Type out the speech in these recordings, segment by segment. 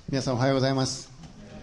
皆さんおはようございます。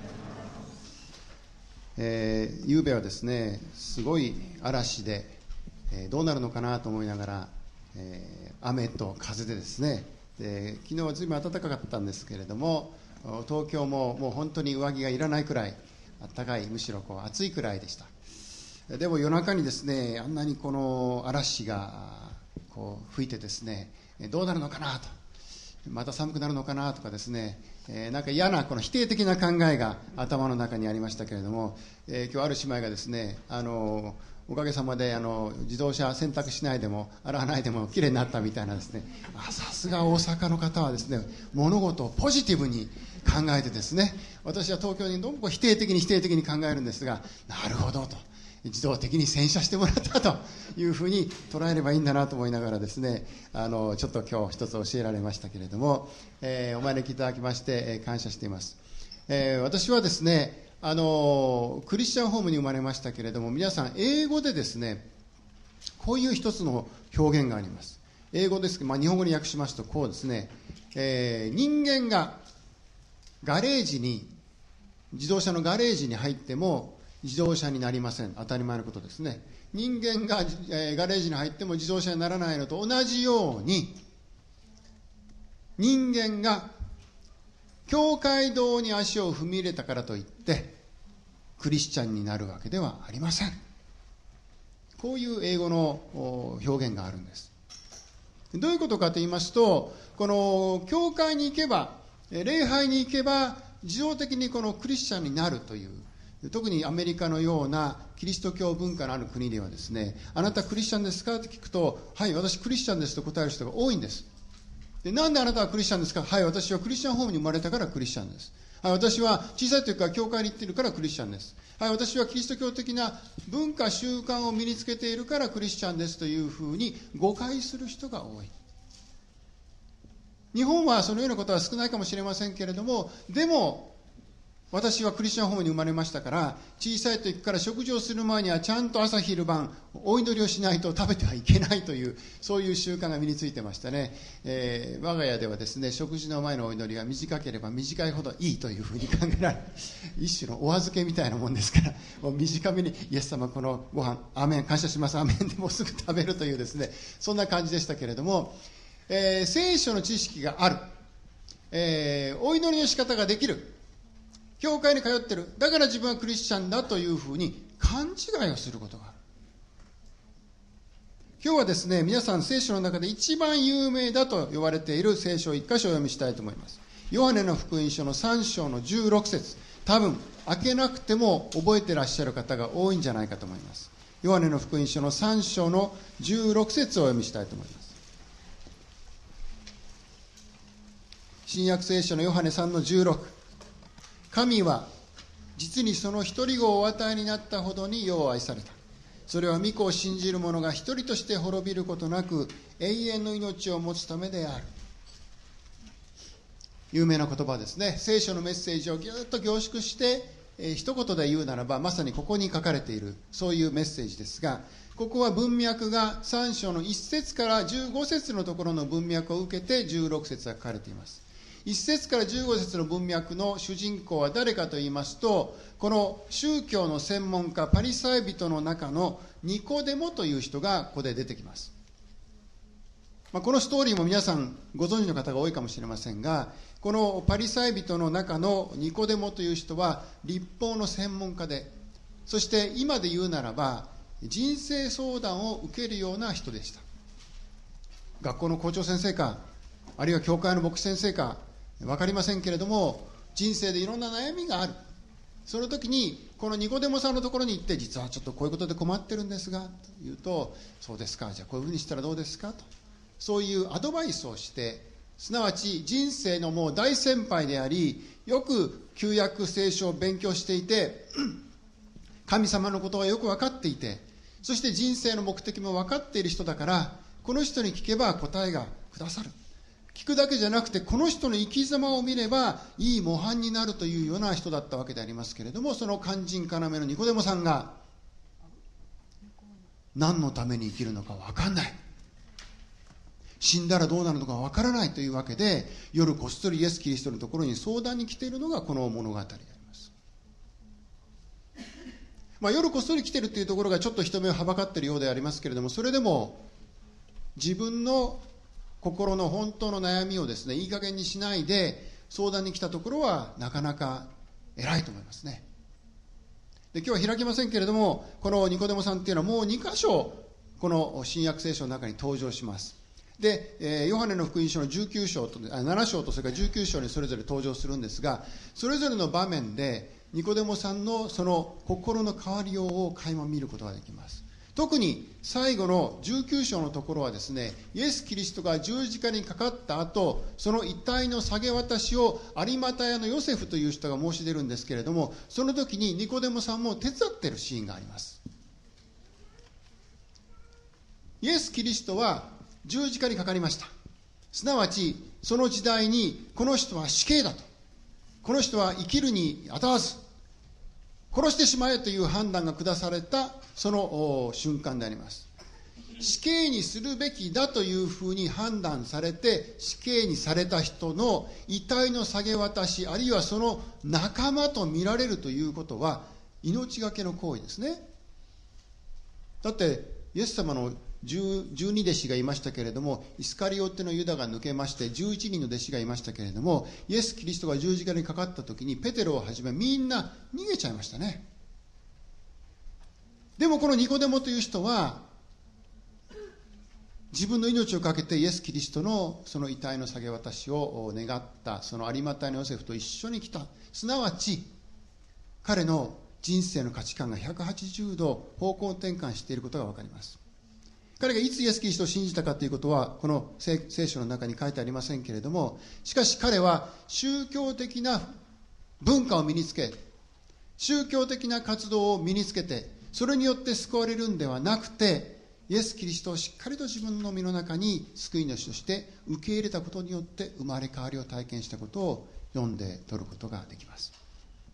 ゆうべはですね、すごい嵐で、どうなるのかなと思いながら、雨と風でですね、昨日はずいぶん暖かかったんですけれども、東京ももう本当に上着がいらないくらい暖かい、むしろ暑いくらいでした。でも夜中にですね、あんなにこの嵐が吹いてですね、どうなるのかなと、また寒くなるのかなとかですね、なんか嫌なこの否定的な考えが頭の中にありましたけれども、今日ある姉妹がですね、おかげさまで自動車洗濯しないでも洗わないでもきれいになったみたいなですね、さすが大阪の方はですね、物事をポジティブに考えてですね、私は東京にどんどん否定的に考えるんですが、なるほどと、自動的に洗車してもらったというふうに捉えればいいんだなと思いながらですね、ちょっと今日一つ教えられましたけれども、お招きいただきまして、感謝しています。私はですね、クリスチャンホームに生まれましたけれども、皆さん英語でですね、こういう一つの表現があります。英語ですけど、日本語に訳しますとこうですね、人間が自動車のガレージに入っても自動車になりません。当たり前のことですね。人間が、ガレージに入っても自動車にならないのと同じように、人間が教会堂に足を踏み入れたからといってクリスチャンになるわけではありません。こういう英語の表現があるんです。どういうことかと言いますと、この教会に行けば、礼拝に行けば自動的にこのクリスチャンになるという、特にアメリカのようなキリスト教文化のある国ではですね、あなたクリスチャンですかと聞くと、はい、私クリスチャンですと答える人が多いんです。で、なんであなたはクリスチャンですか？はい、私はクリスチャンホームに生まれたからクリスチャンです。はい、私は小さい時から教会に行っているからクリスチャンです。はい、私はキリスト教的な文化習慣を身につけているからクリスチャンですというふうに誤解する人が多い。日本はそのようなことは少ないかもしれませんけれども、でも私はクリスチャンホームに生まれましたから、小さい時から食事をする前にはちゃんと朝昼晩お祈りをしないと食べてはいけないという、そういう習慣が身についてましたね。我が家ではですね、食事の前のお祈りが短ければ短いほどいいというふうに考えられる、一種のお預けみたいなもんですから、もう短めにイエス様このご飯アーメン感謝しますアーメンでもうすぐ食べるというですね、そんな感じでしたけれども、聖書の知識がある、お祈りの仕方ができる、教会に通ってる、だから自分はクリスチャンだというふうに勘違いをすることがある。今日はですね、皆さん聖書の中で一番有名だと言われている聖書を一箇所お読みしたいと思います。ヨハネの福音書の3章の16節、多分開けなくても覚えてらっしゃる方が多いんじゃないかと思います。ヨハネの福音書の3章の16節をお読みしたいと思います。新約聖書のヨハネ3の16、神は実にその一人子をお与えになったほどに世を愛された。それは御子を信じる者が一人として滅びることなく永遠の命を持つためである。有名な言葉ですね。聖書のメッセージをぎゅっと凝縮して、一言で言うならばまさにここに書かれているそういうメッセージですが、ここは文脈が3章の1節から15節のところの文脈を受けて16節が書かれています。1節から15節の文脈の主人公は誰かと言いますと、この宗教の専門家パリサイ人の中のニコデモという人がここで出てきます。このストーリーも皆さんご存知の方が多いかもしれませんが、このパリサイ人の中のニコデモという人は律法の専門家で、そして今で言うならば人生相談を受けるような人でした。学校の校長先生か、あるいは教会の牧師先生か分かりませんけれども、人生でいろんな悩みがある。その時にこのニコデモさんのところに行って、実はちょっとこういうことで困ってるんですがと言うと、そうですか、じゃあこういうふうにしたらどうですかと、そういうアドバイスをして、すなわち人生のもう大先輩であり、よく旧約聖書を勉強していて神様のことがよく分かっていて、そして人生の目的も分かっている人だから、この人に聞けば答えがくださる。聞くだけじゃなくて、この人の生き様を見ればいい模範になるというような人だったわけでありますけれども、その肝心要のニコデモさんが何のために生きるのか分かんない、 死んだらどうなるのかわからないというわけで、夜こっそりイエス・キリストのところに相談に来ているのがこの物語であります。夜こっそり来ているというところがちょっと人目をはばかっているようでありますけれども、それでも自分の心の本当の悩みをですね、いい加減にしないで相談に来たところはなかなか偉いと思いますね。で、今日は開きませんけれども、このニコデモさんっていうのはもう2箇所この新約聖書の中に登場します。で、ヨハネの福音書の19章と7章とそれから19章にそれぞれ登場するんですが、それぞれの場面でニコデモさんのその心の変わりようを垣間見ることができます。特に最後の19章のところはですね、イエス・キリストが十字架にかかった後、その遺体の下げ渡しを有馬太屋のヨセフという人が申し出るんですけれども、その時にニコデモさんも手伝っているシーンがあります。イエス・キリストは十字架にかかりました。すなわちその時代にこの人は死刑だと、この人は生きるにあたわず殺してしまえという判断が下されたその瞬間であります。死刑にするべきだというふうに判断されて死刑にされた人の遺体の下げ渡し、あるいはその仲間と見られるということは命がけの行為ですね。だってイエス様の12弟子がいましたけれども、イスカリオテのユダが抜けまして11人の弟子がいましたけれども、イエス・キリストが十字架にかかった時にペテロをはじめみんな逃げちゃいましたね。でもこのニコデモという人は自分の命をかけてイエス・キリストのその遺体の下げ渡しを願ったその有馬太のヨセフと一緒に来た。すなわち彼の人生の価値観が180度方向転換していることが分かります。彼がいつイエス・キリストを信じたかということはこの聖書の中に書いてありませんけれども、しかし彼は宗教的な文化を身につけ、宗教的な活動を身につけて、それによって救われるんではなくて、イエス・キリストをしっかりと自分の身の中に救い主として受け入れたことによって生まれ変わりを体験したことを読んで取ることができます。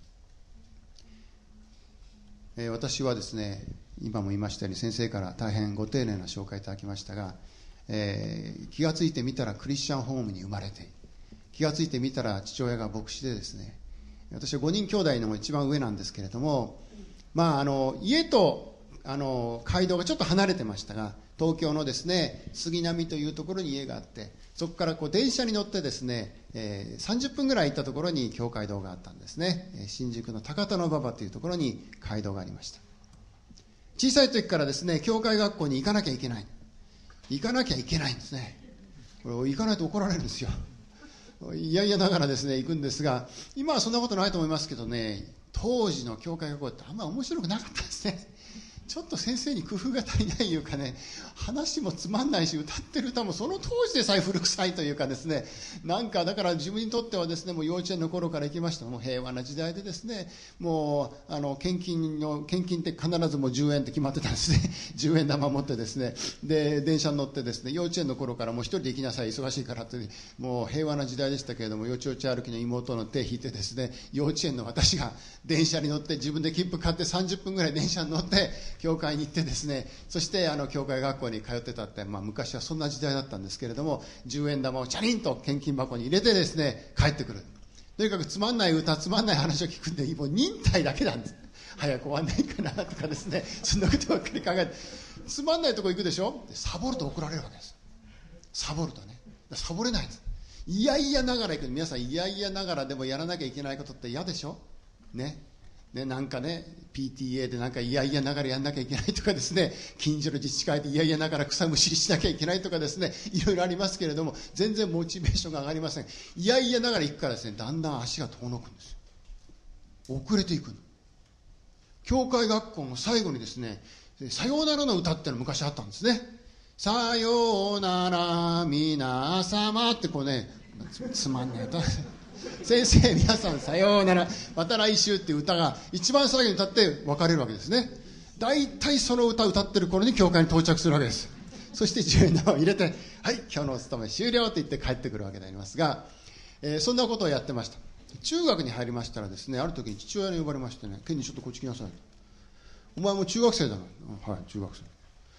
私はですね、今も言いましたように先生から大変ご丁寧な紹介いただきましたが、気がついてみたらクリスチャンホームに生まれて、気がついてみたら父親が牧師でですね、私は5人兄弟の一番上なんですけれども、家と街道がちょっと離れてましたが、東京のですね杉並というところに家があって、そこから電車に乗ってですね、30分ぐらい行ったところに教会堂があったんですね。新宿の高田馬場というところに街道がありました。小さい時からですね、教会学校に行かなきゃいけないんですね。これ行かないと怒られるんですよ。いやいやながらですね行くんですが、今はそんなことないと思いますけどね、当時の教会学校ってあんまり面白くなかったですね。ちょっと先生に工夫が足りないというかね、話もつまんないし、歌ってる歌もその当時でさえ古臭いというかですね、なんかだから自分にとってはですね、もう幼稚園の頃から行きました。もう平和な時代でですね、もう献金って必ずもう10円って決まってたんですね。10円玉持ってですね、で電車に乗ってですね、幼稚園の頃からもう一人で行きなさい、忙しいからって、もう平和な時代でしたけれども、よちよち歩きの妹の手を引いてですね、幼稚園の私が電車に乗って自分で切符買って30分ぐらい電車に乗って教会に行ってですね、そして教会学校に通ってたって、昔はそんな時代だったんですけれども、10円玉をチャリンと献金箱に入れてですね帰ってくる。とにかくつまんない歌、つまんない話を聞くんで、もう忍耐だけなんです。早く終わんないかなとかですね、そんなことばっかり考えて、つまんないとこ行くでしょ、サボると怒られるわけです。サボるとね、サボれないんです。いやいやながら行く。皆さんいやいやながらでもやらなきゃいけないことって嫌でしょね。なんかね PTA でなんかいやいやながらやんなきゃいけないとかですね、近所の自治会でいやいやながら草むしりしなきゃいけないとかですね、いろいろありますけれども、全然モチベーションが上がりません。いやいやながら行くからですね、だんだん足が遠のくんですよ。遅れていくの。教会学校の最後にですね、さようならの歌っての昔あったんですね。さようなら皆様ってこうね、つまんない歌先生皆さんさようならまた来週っていう歌が一番最後に歌って別れるわけですね。だいたいその歌を歌ってる頃に教会に到着するわけです。そして10円玉を入れて、はい今日のお勤め終了って言って帰ってくるわけでありますが、そんなことをやってました。中学に入りましたらですね、ある時に父親に呼ばれましてね、ケンにちょっとこっち来なさい。お前も中学生だな。はい中学生。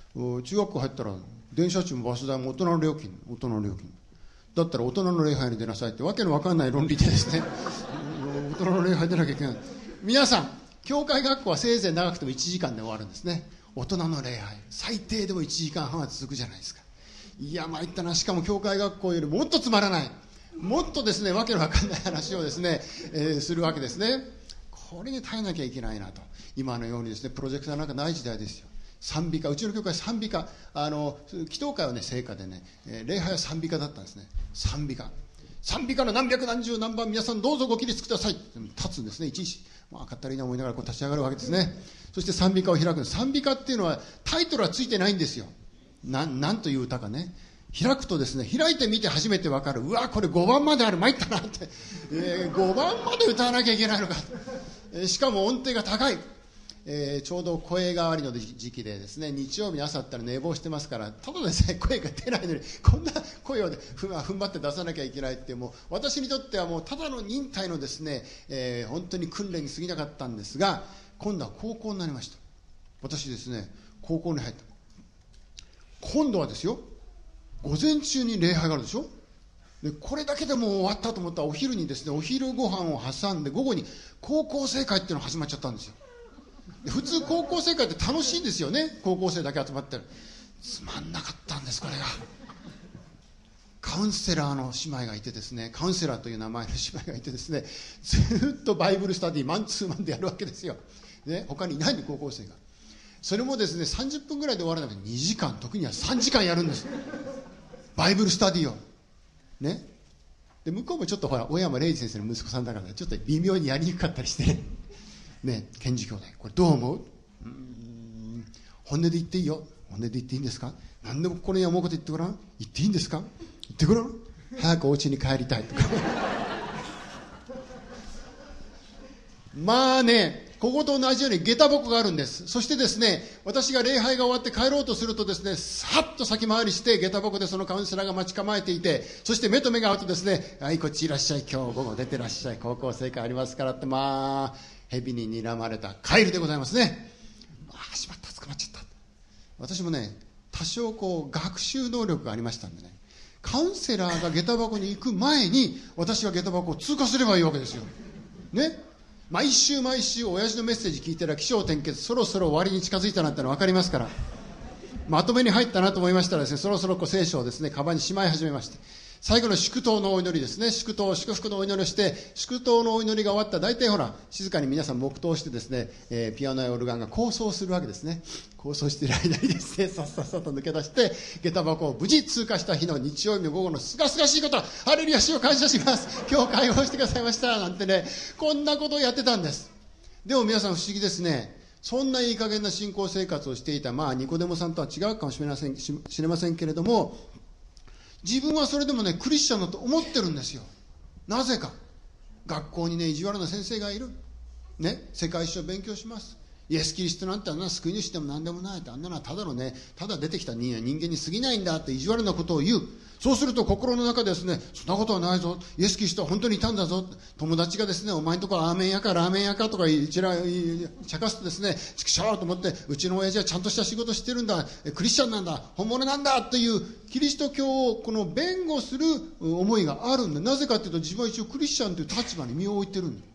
中学校入ったら電車賃もバス代も大人の料金だったら大人の礼拝に出なさいってわけのわかんない論理でですね大人の礼拝出なきゃいけない。皆さん、教会学校はせいぜい長くても1時間で終わるんですね。大人の礼拝最低でも1時間半は続くじゃないですか。いや参ったな。しかも教会学校よりもっとつまらない、もっとですねわけのわかんない話をですね、するわけですね。これに耐えなきゃいけないなと。今のようにですねプロジェクターなんかない時代ですよ。賛美歌、うちの教会賛美歌、祈祷会はね聖歌でね、礼拝は賛美歌だったんですね。賛美歌の何百何十何番皆さんどうぞご起立ください立つんですね。いちいちかったりな思いながらこう立ち上がるわけですね。そして賛美歌を開く。賛美歌っていうのはタイトルはついてないんですよ。なんという歌かね。開くとですね、開いてみて初めて分かる。うわこれ5番まである、参ったなって、5番まで歌わなきゃいけないのか、しかも音程が高い。ちょうど声変わりの時期でですね、日曜日の朝だったら寝坊してますから、ただでさえ声が出ないのにこんな声を踏ん張って出さなきゃいけないって、もう私にとってはもうただの忍耐のですね、本当に訓練に過ぎなかったんですが、今度は高校になりました。私ですね高校に入った。今度はですよ、午前中に礼拝があるでしょ。でこれだけでもう終わったと思ったら、お昼にですねお昼ご飯を挟んで午後に高校生会っていうのが始まっちゃったんですよ。で普通高校生会って楽しいんですよね。高校生だけ集まってる。つまんなかったんです。これがカウンセラーの姉妹がいてですね、カウンセラーという名前の姉妹がいてですね、ずっとバイブルスタディマンツーマンでやるわけですよ、ね、他にいないんで高校生が。それもですね30分ぐらいで終わるので2時間、時には3時間やるんです。バイブルスタディをね。で向こうもちょっとほら小山礼二先生の息子さんだからちょっと微妙にやりにくかったりしてね。ね、賢治兄弟これどう思う？本音で言っていいよ。本音で言っていいんですか？何でもこれに思うこと言ってごらん。言っていいんですか？言ってごらん。早くお家に帰りたいとかまあね、ここと同じように下駄箱があるんです。そしてですね、私が礼拝が終わって帰ろうとするとですね、さっと先回りして下駄箱でそのカウンセラーが待ち構えていて、そして目と目が合うとですね、はいこっちいらっしゃい、今日午後出てらっしゃい、高校生会ありますからって、まあ蛇に睨まれたカエルでございますね。しまった、捕まっちゃった。私もね多少こう学習能力がありましたんでね、カウンセラーが下駄箱に行く前に私が下駄箱を通過すればいいわけですよね。毎週親父のメッセージ聞いたら起承転結、そろそろ終わりに近づいたなっての分かりますから、まとめに入ったなと思いましたらですね、そろそろ聖書をですねカバンにしまい始めまして、最後の祝祷のお祈りですね、祝福のお祈りをして、祝祷のお祈りが終わったら大体ほら静かに皆さん黙祷してですね、ピアノやオルガンが構想するわけですね。構想している間にですねさっさっさと抜け出して下駄箱を無事通過した日の日曜日の午後のすがすがしいこと、ハレルヤ主を感謝します、今日解放してくださいましたなんてね、こんなことをやってたんです。でも皆さん不思議ですね。そんないい加減な信仰生活をしていた、ニコデモさんとは違うかもしれませんけれども、自分はそれでもねクリスチャンだと思ってるんですよ。なぜか学校にね意地悪な先生がいる、ね、世界史を勉強します。イエス・キリストなんてあんな救い主でも何でもないって、あんなのはただのねただ出てきた人間に過ぎないんだって意地悪なことを言う。そうすると心の中でですね、そんなことはないぞ、イエス・キリストは本当にいたんだぞ。友達がですね、お前のところラーメン屋かとか茶化すとですね、ちくしょうと思って、うちの親父はちゃんとした仕事してるんだ、クリスチャンなんだ、本物なんだというキリスト教をこの弁護する思いがあるんだ。なぜかというと自分は一応クリスチャンという立場に身を置いてるんだ。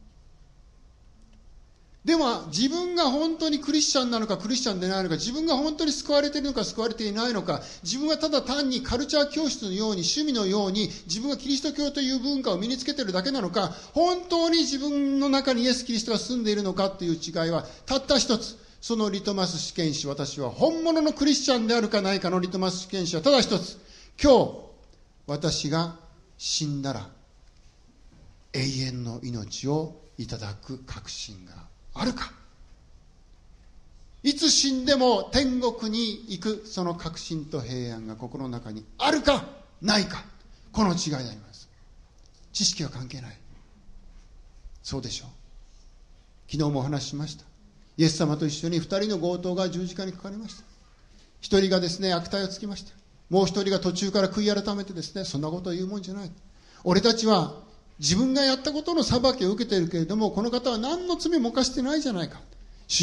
でも自分が本当にクリスチャンなのかクリスチャンでないのか、自分が本当に救われているのか救われていないのか、自分がただ単にカルチャー教室のように趣味のように自分がキリスト教という文化を身につけているだけなのか、本当に自分の中にイエス・キリストが住んでいるのかという違いはたった一つ。そのリトマス試験紙、私は本物のクリスチャンであるかないかのリトマス試験紙はただ一つ。今日私が死んだら永遠の命をいただく確信があるか。いつ死んでも天国に行くその確信と平安が心の中にあるかないか、この違いであります。知識は関係ない。そうでしょう。昨日もお話ししました。イエス様と一緒に2人の強盗が十字架にかかりました。1人がですね悪態をつきました。もう1人が途中から悔い改めてですね、そんなことを言うもんじゃない、俺たちは自分がやったことの裁きを受けているけれども、この方は何の罪も犯してないじゃないか。主よ、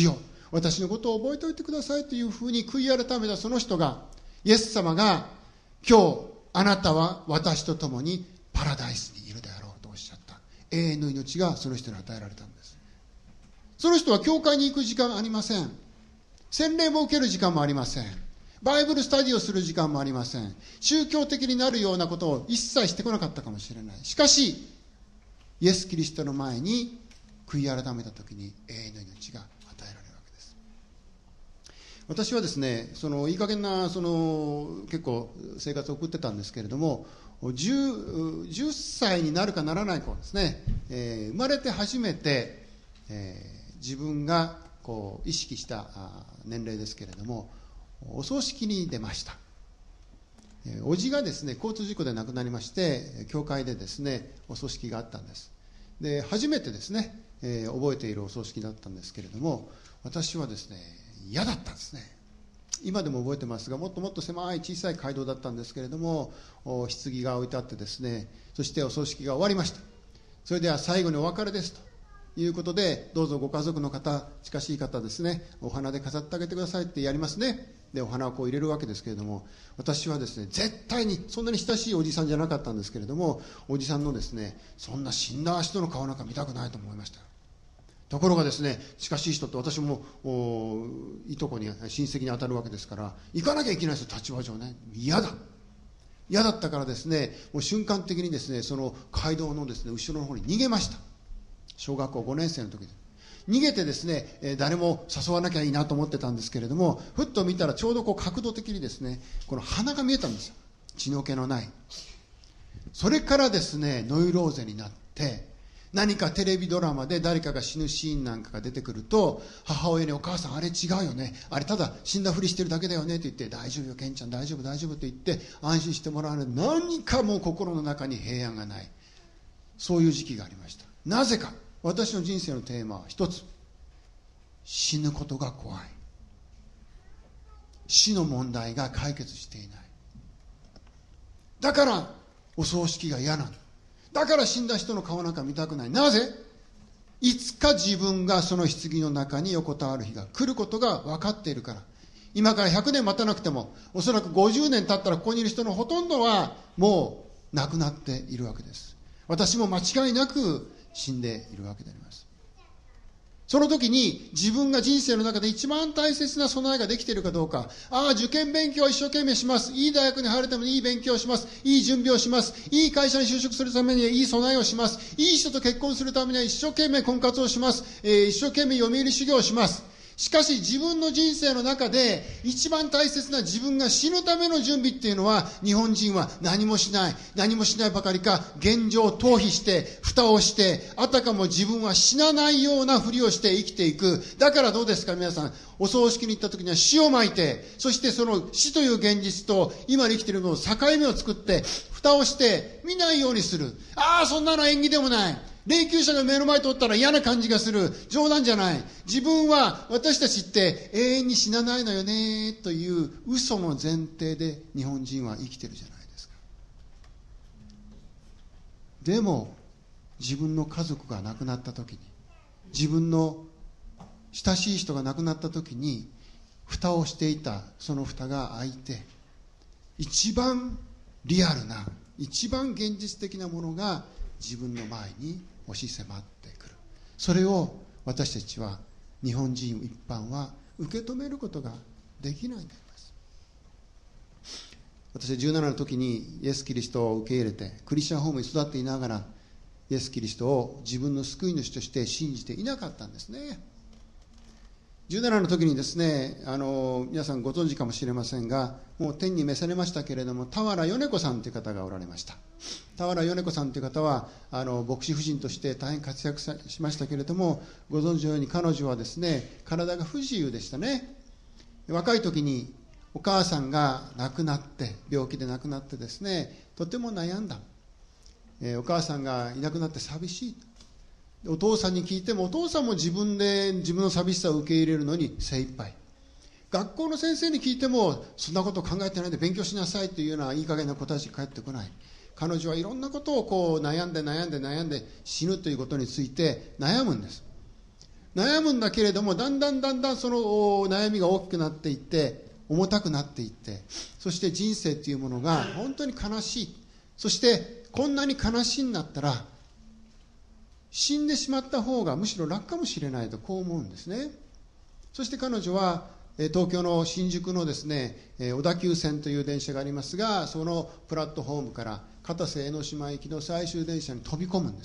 私のことを覚えておいてくださいというふうに悔い改めたその人が、イエス様が、今日あなたは私と共にパラダイスにいるであろうとおっしゃった。永遠の命がその人に与えられたんです。その人は教会に行く時間ありません。洗礼も受ける時間もありません。バイブルスタディをする時間もありません。宗教的になるようなことを一切してこなかったかもしれない。しかしイエス・キリストの前に悔い改めた時に永遠の命が与えられるわけです。私はですね、いい加減な結構生活を送ってたんですけれども、10歳になるかならない頃ですね、生まれて初めて、自分が意識した年齢ですけれども、お葬式に出ました。叔父がですね、交通事故で亡くなりまして、教会でですね、お葬式があったんです。で、初めてですね、覚えているお葬式だったんですけれども、私はですね、嫌だったんですね。今でも覚えてますが、もっともっと狭い小さい街道だったんですけれども、棺が置いてあってですね、そしてお葬式が終わりました。それでは最後にお別れですということで、どうぞご家族の方、近しい方ですね、お花で飾ってあげてくださいってやりますね。で、お花を入れるわけですけれども、私はですね、絶対にそんなに親しいおじさんじゃなかったんですけれども、おじさんのですね、そんな死んだ人の顔なんか見たくないと思いました。ところがですね、近しい人って、私もいとこに親戚に当たるわけですから、行かなきゃいけないですよ、立場上ね。嫌だったからですね、もう瞬間的にですね、その街道のですね、後ろの方に逃げました。小学校5年生の時で逃げてですね、誰も誘わなきゃいいなと思ってたんですけれども、ふっと見たらちょうど角度的にですね、この鼻が見えたんですよ。血の気のない。それからですね、ノイローゼになって、何かテレビドラマで誰かが死ぬシーンなんかが出てくると、母親に、お母さんあれ違うよね、あれただ死んだふりしてるだけだよねって言って、大丈夫よケンちゃん、大丈夫大丈夫って言って安心してもらわない。何かもう心の中に平安がない、そういう時期がありました。なぜか。私の人生のテーマは一つ、死ぬことが怖い。死の問題が解決していない。だからお葬式が嫌なの。だから死んだ人の顔なんか見たくない。なぜ？いつか自分がその棺の中に横たわる日が来ることが分かっているから。今から100年待たなくても、おそらく50年経ったらここにいる人のほとんどはもう亡くなっているわけです。私も間違いなく死んでいるわけであります。その時に自分が人生の中で一番大切な備えができているかどうか。受験勉強を一生懸命します。いい大学に入るためにいい勉強をします。いい準備をします。いい会社に就職するためにはいい備えをします。いい人と結婚するためには一生懸命婚活をします。一生懸命読売修行をします。しかし自分の人生の中で一番大切な自分が死ぬための準備っていうのは、日本人は何もしないばかりか、現状を逃避して蓋をして、あたかも自分は死なないようなふりをして生きていく。だからどうですか皆さん、お葬式に行った時には死をまいて、そしてその死という現実と今に生きているのを境目を作って蓋をして見ないようにする。そんなの縁起でもない、霊柩車が目の前通ったら嫌な感じがする、冗談じゃない、自分は、私たちって永遠に死なないのよねという嘘の前提で日本人は生きてるじゃないですか。でも自分の家族が亡くなった時に、自分の親しい人が亡くなった時に、蓋をしていたその蓋が開いて、一番リアルな、一番現実的なものが自分の前に押し迫ってくる。それを私たちは、日本人一般は受け止めることができないんであります。私は17の時にイエス・キリストを受け入れて、クリスチャンホームに育っていながら、イエス・キリストを自分の救い主として信じていなかったんですね。17の時にですね、皆さんご存知かもしれませんが、もう天に召されましたけれども、田原米子さんという方がおられました。田原米子さんという方は牧師夫人として大変活躍しましたけれども、ご存知のように彼女はですね、体が不自由でしたね。若い時にお母さんが亡くなって、病気で亡くなってですね、とても悩んだ。お母さんがいなくなって寂しい。お父さんに聞いても、お父さんも自分の寂しさを受け入れるのに精一杯。学校の先生に聞いても、そんなことを考えてないで勉強しなさいというようないい加減な答えしか返ってこない。彼女はいろんなことを悩んで死ぬということについて悩むんです。 悩むんだけれども、だんだんその悩みが大きくなっていって、重たくなっていって、そして人生というものが本当に悲しい。そしてこんなに悲しいんだったら、死んでしまった方がむしろ楽かもしれないと、こう思うんですね。そして彼女は東京の新宿のですね、小田急線という電車がありますが、そのプラットフォームから片瀬江ノ島行きの最終電車に飛び込むんです。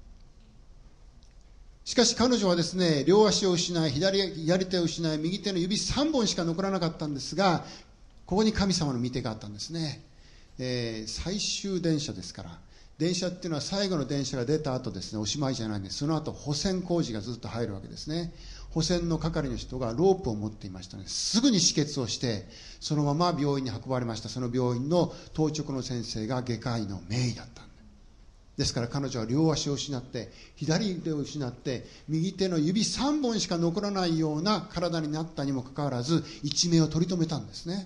しかし彼女はですね、両足を失い、左手を失い、右手の指3本しか残らなかったんですが、ここに神様の御手があったんですね。最終電車ですから、電車っていうのは最後の電車が出た後ですね、おしまいじゃないんです。その後保線工事がずっと入るわけですね。保線の係の人がロープを持っていましたので、すぐに止血をしてそのまま病院に運ばれました。その病院の当直の先生が外科医の名医だったんですから、彼女は両足を失って、左手を失って、右手の指3本しか残らないような体になったにもかかわらず、一命を取り留めたんですね。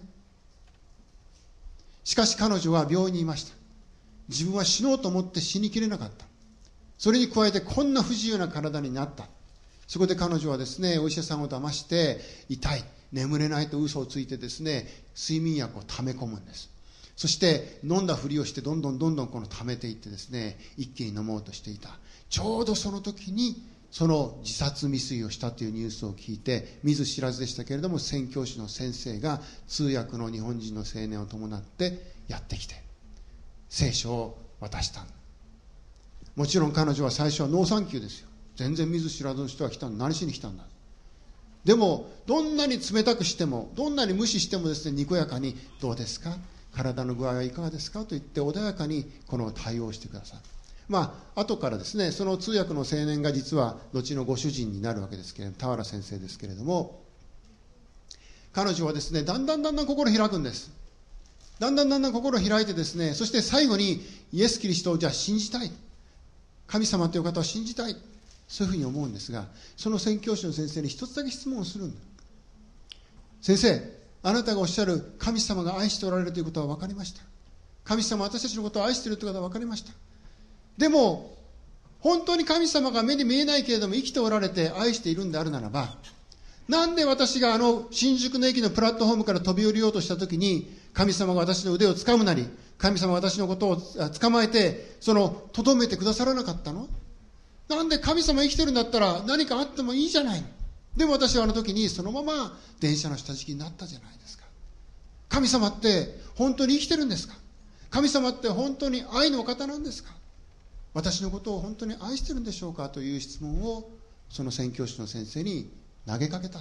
しかし彼女は病院にいました。自分は死のうと思って死にきれなかった。それに加えてこんな不自由な体になった。そこで彼女はですね、お医者さんを騙して、痛い、眠れないと嘘をついてですね、睡眠薬を溜め込むんです。そして飲んだふりをしてどんどんこの溜めていってですね、一気に飲もうとしていた。ちょうどその時にその自殺未遂をしたというニュースを聞いて、見ず知らずでしたけれども、宣教師の先生が通訳の日本人の青年を伴ってやってきて聖書を渡した。もちろん彼女は最初はノーサンキューですよ。全然見ず知らずの人が来たの、何しに来たんだ。でもどんなに冷たくしても、どんなに無視してもですね、にこやかに、どうですか、体の具合はいかがですかと言って穏やかにこの対応してください。後からですね、その通訳の青年が実は後のご主人になるわけですけれども、田原先生ですけれども、彼女はですね、だんだん心を開くんです。だんだん心を開いてですね、そして最後にイエス・キリストをじゃあ信じたい、神様という方を信じたい、そういうふうに思うんですが、その宣教師の先生に一つだけ質問をするんだ。先生、あなたがおっしゃる神様が愛しておられるということは分かりました。神様は私たちのことを愛しているということは分かりました。でも本当に神様が目に見えないけれども生きておられて愛しているんであるならば、なんで私が新宿の駅のプラットフォームから飛び降りようとしたときに、神様が私の腕をつかむなり、神様が私のことを捕まえてとどめてくださらなかったの？なんで神様生きてるんだったら何かあってもいいじゃない。でも私はあの時にそのまま電車の下敷きになったじゃないですか。神様って本当に生きてるんですか？神様って本当に愛のお方なんですか？私のことを本当に愛してるんでしょうかという質問をその宣教師の先生に投げかけた。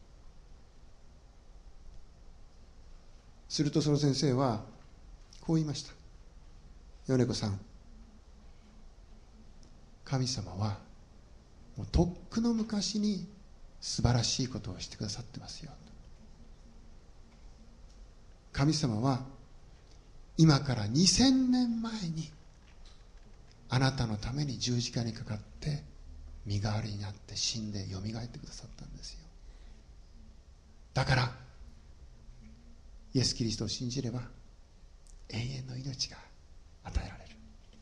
するとその先生はこう言いました。米子さん、神様はもうとっくの昔に素晴らしいことをしてくださってますよ。神様は今から2000年前にあなたのために十字架にかかって身代わりになって死んでよみがえってくださったんですよ。だからイエス・キリストを信じれば永遠の命が与えられる。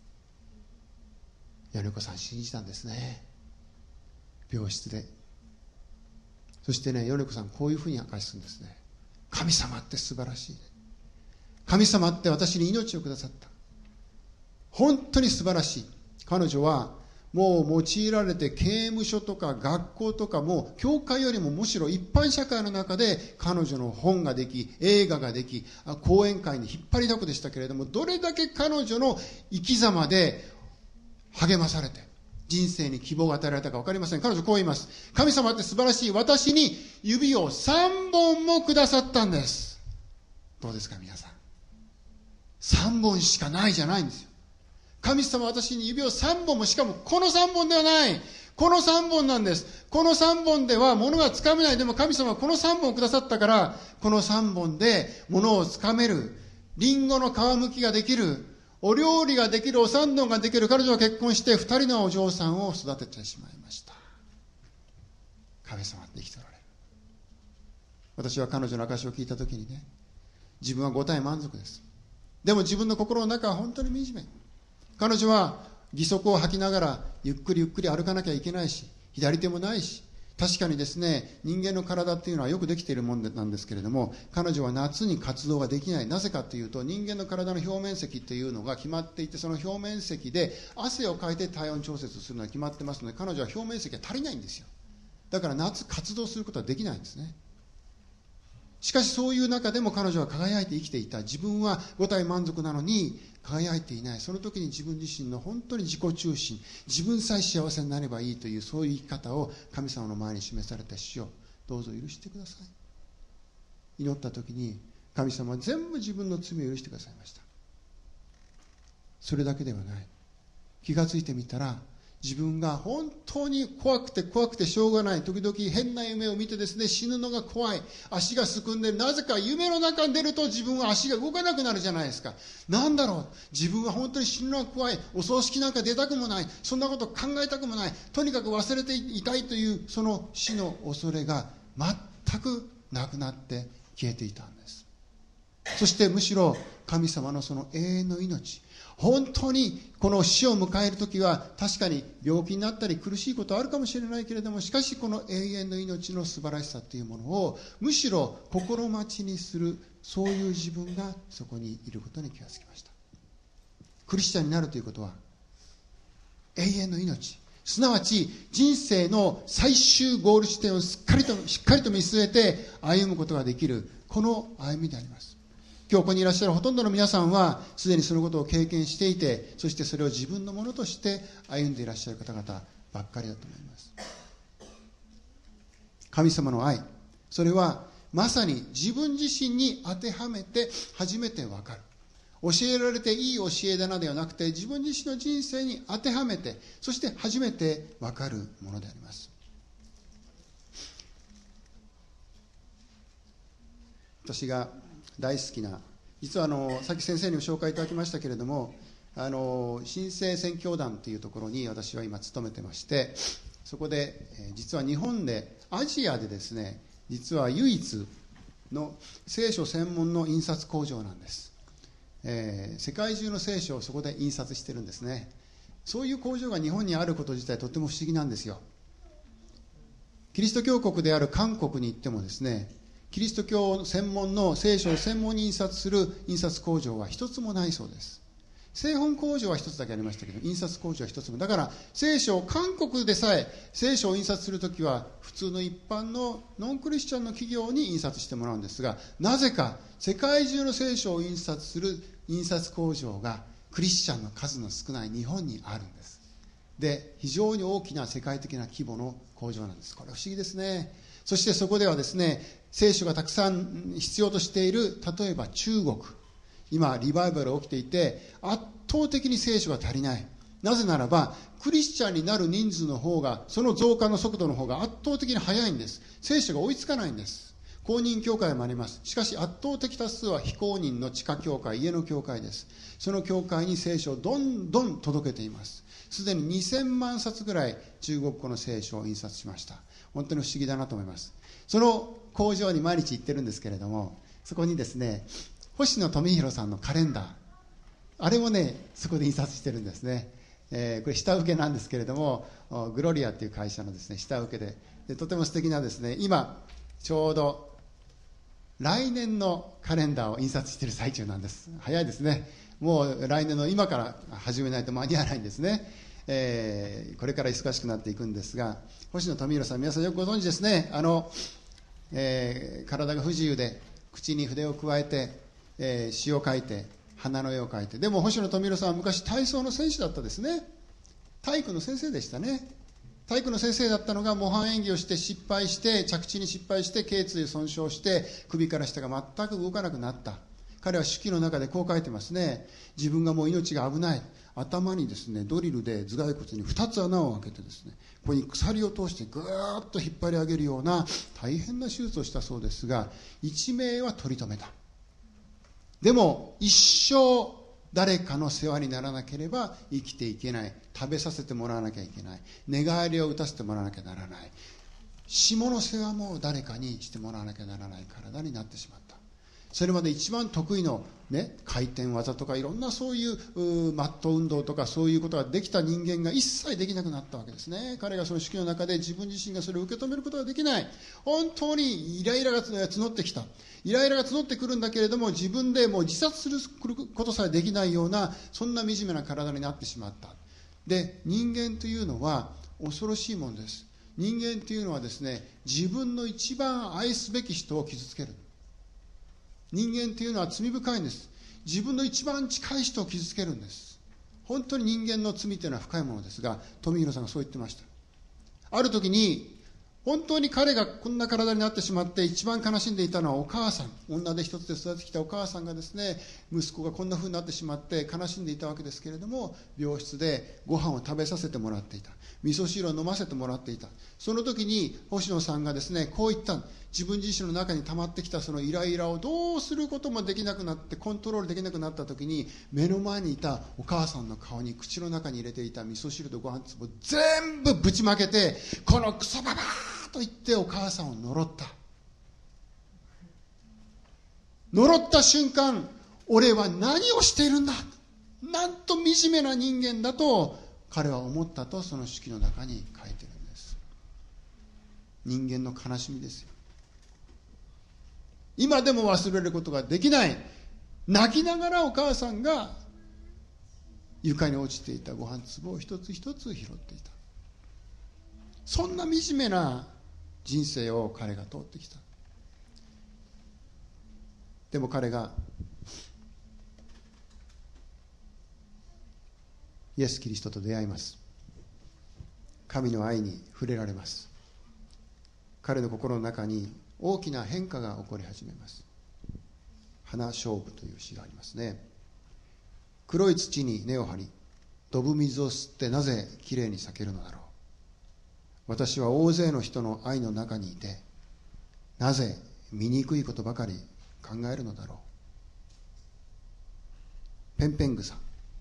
米子さん信じたんですね、病室で。そしてね、米子さんこういうふうに明かしするんですね。神様って素晴らしいね。神様って私に命をくださった。本当に素晴らしい。彼女はもう用いられて刑務所とか学校とかも教会よりもむしろ一般社会の中で彼女の本ができ、映画ができ、講演会に引っ張りだこでしたけれども、どれだけ彼女の生き様で励まされて人生に希望が与えられたか分かりません。彼女こう言います。神様って素晴らしい。私に指を3本もくださったんです。どうですか皆さん。3本しかないじゃないんですよ。神様は私に指を3本も、しかもこの3本ではない、この3本なんです。この3本では物がつかめない。でも神様はこの3本をくださったから、この3本で物をつかめる、リンゴの皮むきができる、お料理ができる、お三丼ができる。彼女は結婚して2人のお嬢さんを育ててしまいました。神様って生きておられる。私は彼女の証を聞いたときにね、自分は5体満足です。でも自分の心の中は本当に惨め。彼女は義足を履きながらゆっくり歩かなきゃいけないし、 左手もないし、確かにですね、人間の体っていうのはよくできているもんなんですけれども、彼女は夏に活動ができない。なぜかというと、人間の体の表面積っていうのが決まっていて、その表面積で汗をかいて体温調節するのが決まってますので、彼女は表面積が足りないんですよ。だから夏活動することはできないんですね。しかしそういう中でも彼女は輝いて生きていた。自分は五体満足なのに輝いていない。その時に自分自身の本当に自己中心、自分さえ幸せになればいいという、そういう生き方を神様の前に示された主よ、どうぞ許してください。祈った時に神様は全部自分の罪を許してくださいました。それだけではない。気がついてみたら、自分が本当に怖くてしょうがない。時々変な夢を見てですね、死ぬのが怖い。足がすくんでる。なぜか夢の中に出ると自分は足が動かなくなるじゃないですか。なんだろう。自分は本当に死ぬのが怖い。お葬式なんか出たくもない。そんなこと考えたくもない。とにかく忘れていたいという、その死の恐れが全くなくなって消えていたんです。そしてむしろ神様のその永遠の命、本当にこの死を迎えるときは確かに病気になったり苦しいことはあるかもしれないけれども、しかしこの永遠の命の素晴らしさというものをむしろ心待ちにする、そういう自分がそこにいることに気がつきました。クリスチャンになるということは永遠の命、すなわち人生の最終ゴール地点をしっかりと見据えて歩むことができる、この歩みであります。今日ここにいらっしゃるほとんどの皆さんはすでにそのことを経験していて、そしてそれを自分のものとして歩んでいらっしゃる方々ばっかりだと思います。神様の愛、それはまさに自分自身に当てはめて初めてわかる。教えられていい教えだなではなくて、自分自身の人生に当てはめて、そして初めてわかるものであります。私が大好きな、実はさっき先生にも紹介いただきましたけれども、新生宣教団というところに私は今勤めてまして、そこで実は日本でアジアでですね、実は唯一の聖書専門の印刷工場なんです。世界中の聖書をそこで印刷してるんですね。そういう工場が日本にあること自体とても不思議なんですよ。キリスト教国である韓国に行ってもですね、キリスト教専門の聖書を専門に印刷する印刷工場は一つもないそうです。製本工場は一つだけありましたけど、印刷工場は一つも。だから聖書を、韓国でさえ聖書を印刷するときは普通の一般のノンクリスチャンの企業に印刷してもらうんですが、なぜか世界中の聖書を印刷する印刷工場がクリスチャンの数の少ない日本にあるんです。で、非常に大きな世界的な規模の工場なんです。これは不思議ですね。そしてそこではですね、聖書がたくさん必要としている、例えば中国、今リバイバルが起きていて圧倒的に聖書が足りない。なぜならばクリスチャンになる人数の方が、その増加の速度の方が圧倒的に速いんです。聖書が追いつかないんです。公認教会もあります。しかし圧倒的多数は非公認の地下教会、家の教会です。その教会に聖書をどんどん届けています。すでに2000万冊ぐらい中国語の聖書を印刷しました。本当に不思議だなと思います。その工場に毎日行ってるんですけれども、そこにですね、星野富弘さんのカレンダー、あれもね、そこで印刷してるんですね。これ下請けなんですけれども、グロリアっていう会社のですね、下請けで、とても素敵なですね、今ちょうど来年のカレンダーを印刷している最中なんです。早いですね。もう来年の今から始めないと間に合わないんですね。これから忙しくなっていくんですが、星野富弘さん、皆さんよくご存知ですね。体が不自由で口に筆をくわえて、詩を書いて花の絵を描いて、でも星野富弘さんは昔体操の選手だったですね。体育の先生でしたね。体育の先生だったのが模範演技をして失敗して、着地に失敗して頸椎損傷して首から下が全く動かなくなった。彼は手記の中でこう書いてますね。自分がもう命が危ない。頭にですね、ドリルで頭蓋骨に2つ穴を開けてですね、ここに鎖を通してぐーっと引っ張り上げるような大変な手術をしたそうですが、一命は取り留めた。でも一生誰かの世話にならなければ生きていけない。食べさせてもらわなきゃいけない。寝返りを打たせてもらわなきゃならない。下の世話も誰かにしてもらわなきゃならない体になってしまった。 それまで一番得意の回転技とかいろんなそういうマット運動とかそういうことができた人間が一切できなくなったわけですね。彼がその手記の中で自分自身がそれを受け止めることができない。本当にイライラが募ってきた。イライラが募ってくるんだけれども、自分でもう自殺することさえできないような、そんな惨めな体になってしまった。で、人間というのは恐ろしいものです。人間というのはですね、自分の一番愛すべき人を傷つける。人間というのは罪深いんです。自分の一番近い人を傷つけるんです。本当に人間の罪というのは深いものですが、富弘さんがそう言ってました。ある時に本当に彼がこんな体になってしまって一番悲しんでいたのはお母さん、女手一つで育ってきたお母さんがですね、息子がこんな風になってしまって悲しんでいたわけですけれども、病室でご飯を食べさせてもらっていた、味噌汁を飲ませてもらっていた。その時に星野さんがですね、こう言った。自分自身の中に溜まってきたそのイライラをどうすることもできなくなって、コントロールできなくなった時に、目の前にいたお母さんの顔に口の中に入れていた味噌汁とご飯粒全部ぶちまけて、このクソババーと言ってお母さんを呪った。呪った瞬間、俺は何をしているんだ、なんと惨めな人間だと彼は思ったと、その手記の中に書いてるんです。人間の悲しみですよ。今でも忘れることができない。泣きながらお母さんが床に落ちていたご飯粒を一つ一つ拾っていた。そんな惨めな人生を彼が通ってきた。でも彼がイエス・キリストと出会います。神の愛に触れられます。彼の心の中に大きな変化が起こり始めます。花菖蒲という詩がありますね。黒い土に根を張り、ドブ水を吸ってなぜきれいに咲けるのだろう。私は大勢の人の愛の中にいて、なぜ醜いことばかり考えるのだろう。ペンペン草。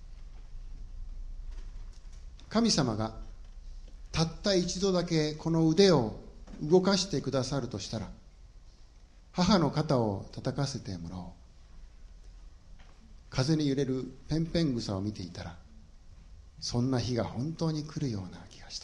神様がたった一度だけこの腕を動かしてくださるとしたら、母の肩を叩かせてもらおう。風に揺れるペンペン草を見ていたら、そんな日が本当に来るような気がした。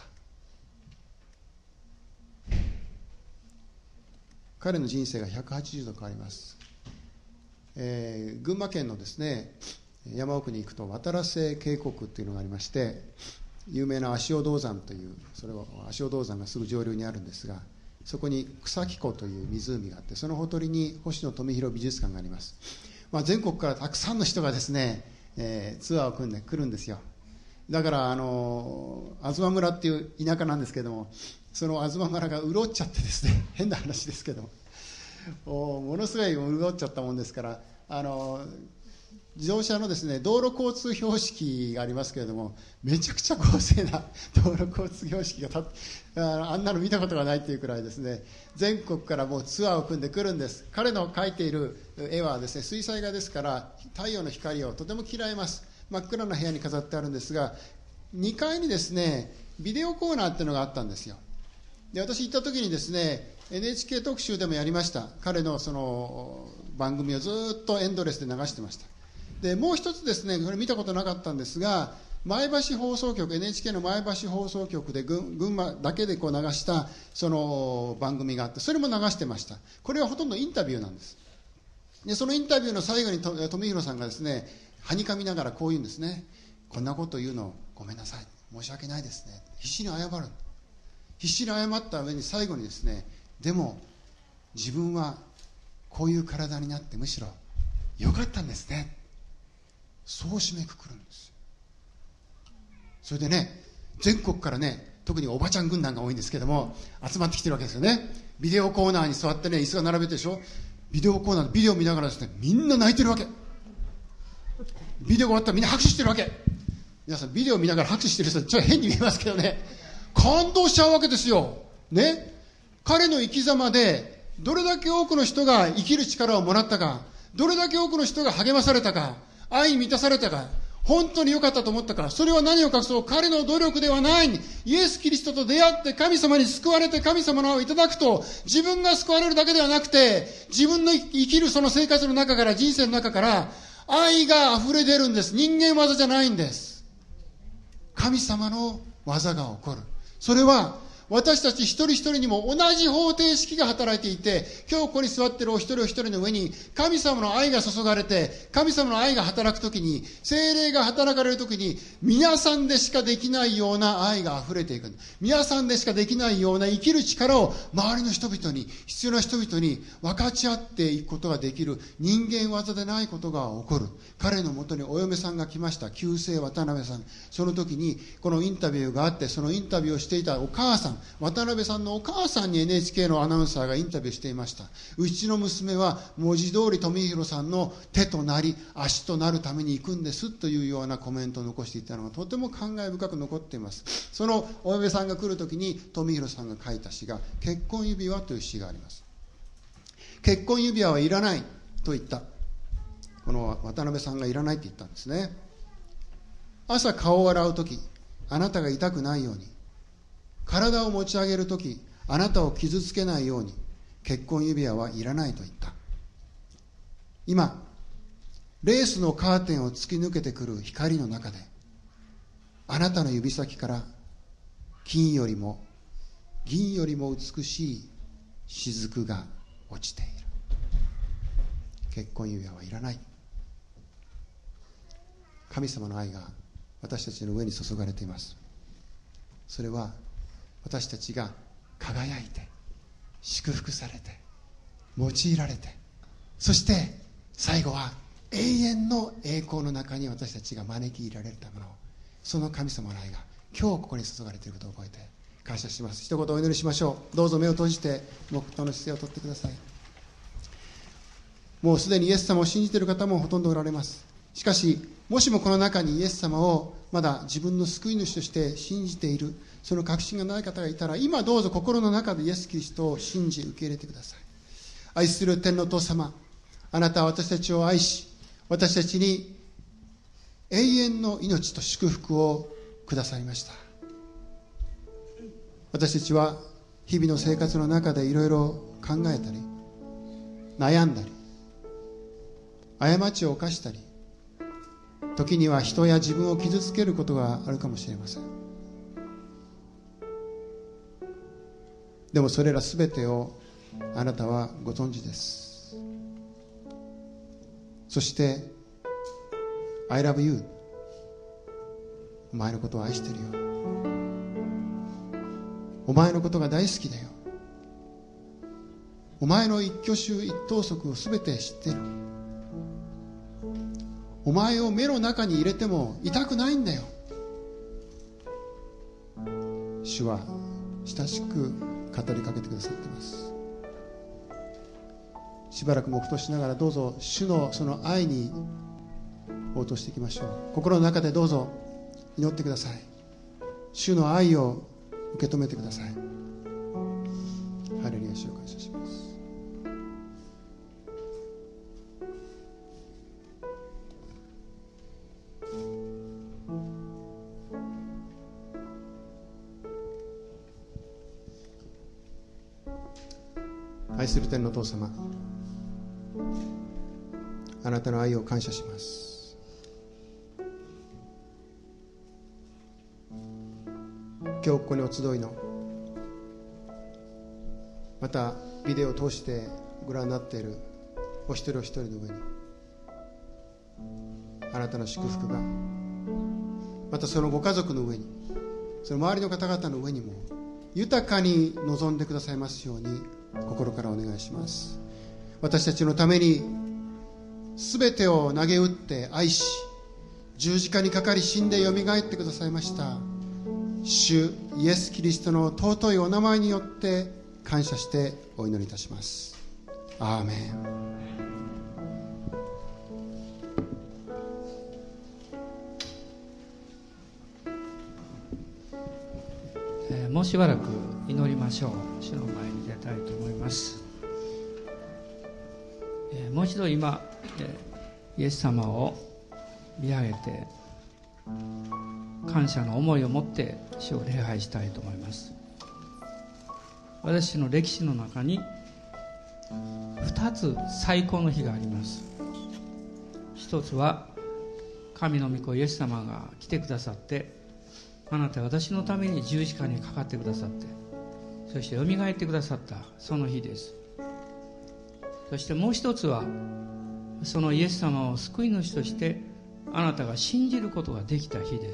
彼の人生が180度変わります。群馬県のですね、山奥に行くと渡良瀬渓谷っていうのがありまして、有名な足尾銅山という、それは足尾銅山がすぐ上流にあるんですが、そこに草木湖という湖があって、そのほとりに星野富弘美術館があります。全国からたくさんの人がですね、ツアーを組んで来るんですよ。だから東村っていう田舎なんですけども、その東村が潤っちゃってですね、変な話ですけども、ものすごい潤っちゃったもんですから、自動車のですね、道路交通標識がありますけれども、めちゃくちゃ豪勢な道路交通標識があんなの見たことがないというくらいですね、全国からもうツアーを組んでくるんです。彼の描いている絵はですね、水彩画ですから太陽の光をとても嫌います。真っ暗な部屋に飾ってあるんですが、2階にですね、ビデオコーナーっていうのがあったんですよ。で、私行った時にですね、NHK 特集でもやりました。彼のその番組をずっとエンドレスで流してました。で、もう一つですね、これ見たことなかったんですが、前橋放送局、 NHK の前橋放送局で群馬だけでこう流したその番組があって、それも流してました。これはほとんどインタビューなんです。で、そのインタビューの最後に富弘さんがですね、はにかみながらこう言うんですね。こんなこと言うのごめんなさい、申し訳ないですね。必死に謝る。必死に謝った上に最後にですね、でも自分はこういう体になってむしろ良かったんですね、そう締めくくるんですよ。それでね、全国からね、特におばちゃん軍団が多いんですけども、集まってきてるわけですよね。ビデオコーナーに座ってね、椅子が並べてでしょ。ビデオコーナーでビデオ見ながらですね、みんな泣いてるわけ。ビデオが終わったらみんな拍手してるわけ。皆さんビデオ見ながら拍手してる人ちょっと変に見えますけどね、感動しちゃうわけですよね。彼の生き様でどれだけ多くの人が生きる力をもらったか、どれだけ多くの人が励まされたか、愛に満たされたか。 本当に良かったと思ったから。それは何を隠そう、彼の努力ではない。イエス・キリストと出会って神様に救われて神様の名をいただくと、自分が救われるだけではなくて、自分の生きるその生活の中から、人生の中から、愛が溢れ出るんです。人間技じゃないんです。神様の技が起こる。それは、私たち一人一人にも同じ方程式が働いていて、今日ここに座っているお一人お一人の上に神様の愛が注がれて、神様の愛が働くときに、聖霊が働かれるときに、皆さんでしかできないような愛が溢れていく。皆さんでしかできないような生きる力を周りの人々に、必要な人々に分かち合っていくことができる。人間技でないことが起こる。彼のもとにお嫁さんが来ました。旧姓渡辺さん。その時にこのインタビューがあって、そのインタビューをしていたお母さん、渡辺さんのお母さんに NHK のアナウンサーがインタビューしていました。うちの娘は文字通り富弘さんの手となり足となるために行くんですというようなコメントを残していたのがとても感慨深く残っています。そのお嫁さんが来る時に富弘さんが書いた詩が結婚指輪という詩があります。結婚指輪はいらないと言った。この渡辺さんがいらないって言ったんですね。朝顔を洗う時、あなたが痛くないように、体を持ち上げるとき、あなたを傷つけないように、結婚指輪はいらないと言った。今、レースのカーテンを突き抜けてくる光の中で、あなたの指先から金よりも銀よりも美しい雫が落ちている。結婚指輪はいらない。神様の愛が私たちの上に注がれています。それは私たちが輝いて祝福されて用いられて、そして最後は永遠の栄光の中に私たちが招き入れられるためのその神様の愛が今日ここに注がれていることを覚えて感謝します。一言お祈りしましょう。どうぞ目を閉じて黙祷の姿勢をとってください。もうすでにイエス様を信じている方もほとんどおられます。しかしもしもこの中にイエス様をまだ自分の救い主として信じている、その確信がない方がいたら、今どうぞ心の中でイエス・キリストを信じ受け入れてください。愛する天のお父様、あなたは私たちを愛し、私たちに永遠の命と祝福をくださいました。私たちは日々の生活の中でいろいろ考えたり悩んだり過ちを犯したり、時には人や自分を傷つけることがあるかもしれません。でもそれらすべてをあなたはご存知です。そして I love you、 お前のことを愛してるよ、お前のことが大好きだよ、お前の一挙手一投足をすべて知っている、お前を目の中に入れても痛くないんだよ。主は親しく語りかけてくださっています。しばらく黙祷しながらどうぞ主のその愛に応答していきましょう。心の中でどうぞ祈ってください。主の愛を受け止めてください。ハレルヤ、主を感謝します。愛する天のお父様、あなたの愛を感謝します。今日ここにお集いの、またビデオを通してご覧になっているお一人お一人の上にあなたの祝福が、またそのご家族の上に、その周りの方々の上にも豊かに望んでくださいますように心からお願いします。私たちのために全てを投げ打って愛し、十字架にかかり死んでよみがえってくださいました主イエス・キリストの尊いお名前によって感謝してお祈りいたします。アーメン。もうしばらく祈りましょう。主の前に出たいと思います。もう一度今イエス様を見上げて感謝の思いを持って主を礼拝したいと思います。私の歴史の中に2つ最高の日があります。一つは神の御子イエス様が来てくださって、あなたは私のために十字架にかかってくださって、そしてよみがえってくださったその日です。そしてもう一つは、そのイエス様を救い主としてあなたが信じることができた日です。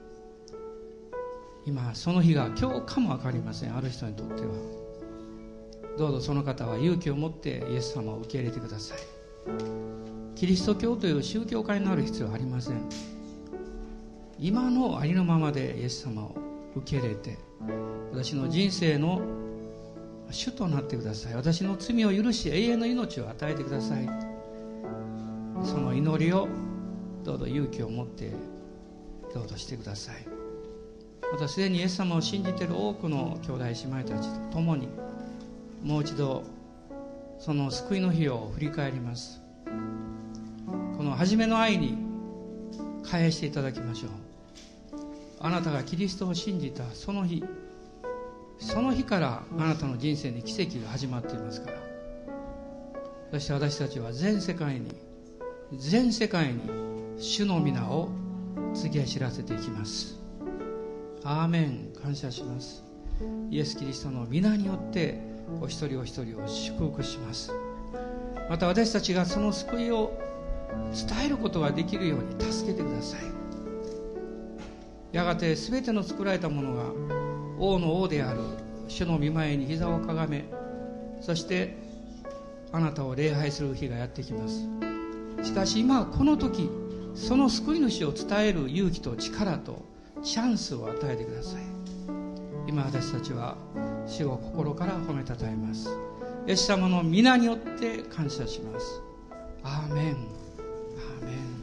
今その日が今日かも分かりません。ある人にとってはどうぞその方は勇気を持ってイエス様を受け入れてください。キリスト教という宗教家になる必要はありません。今のありのままでイエス様を受け入れて、私の人生の主となってください。私の罪を許し永遠の命を与えてください。その祈りをどうぞ勇気を持ってどうぞしてください。またすでにイエス様を信じている多くの兄弟姉妹たちと共に、もう一度その救いの日を振り返ります。この初めの愛に返していただきましょう。あなたがキリストを信じたその日、その日からあなたの人生に奇跡が始まっていますから。そして私たちは全世界に主の皆を告げ知らせていきます。アーメン。感謝します。イエス・キリストの皆によってお一人お一人を祝福します。また私たちがその救いを伝えることができるように助けてください。やがて全ての作られたものが王の王である主の御前に膝をかがめ、そしてあなたを礼拝する日がやってきます。しかし今この時、その救い主を伝える勇気と力とチャンスを与えてください。今私たちは主を心から褒めたたえます。イエス様の皆によって感謝します。アーメン。アーメン。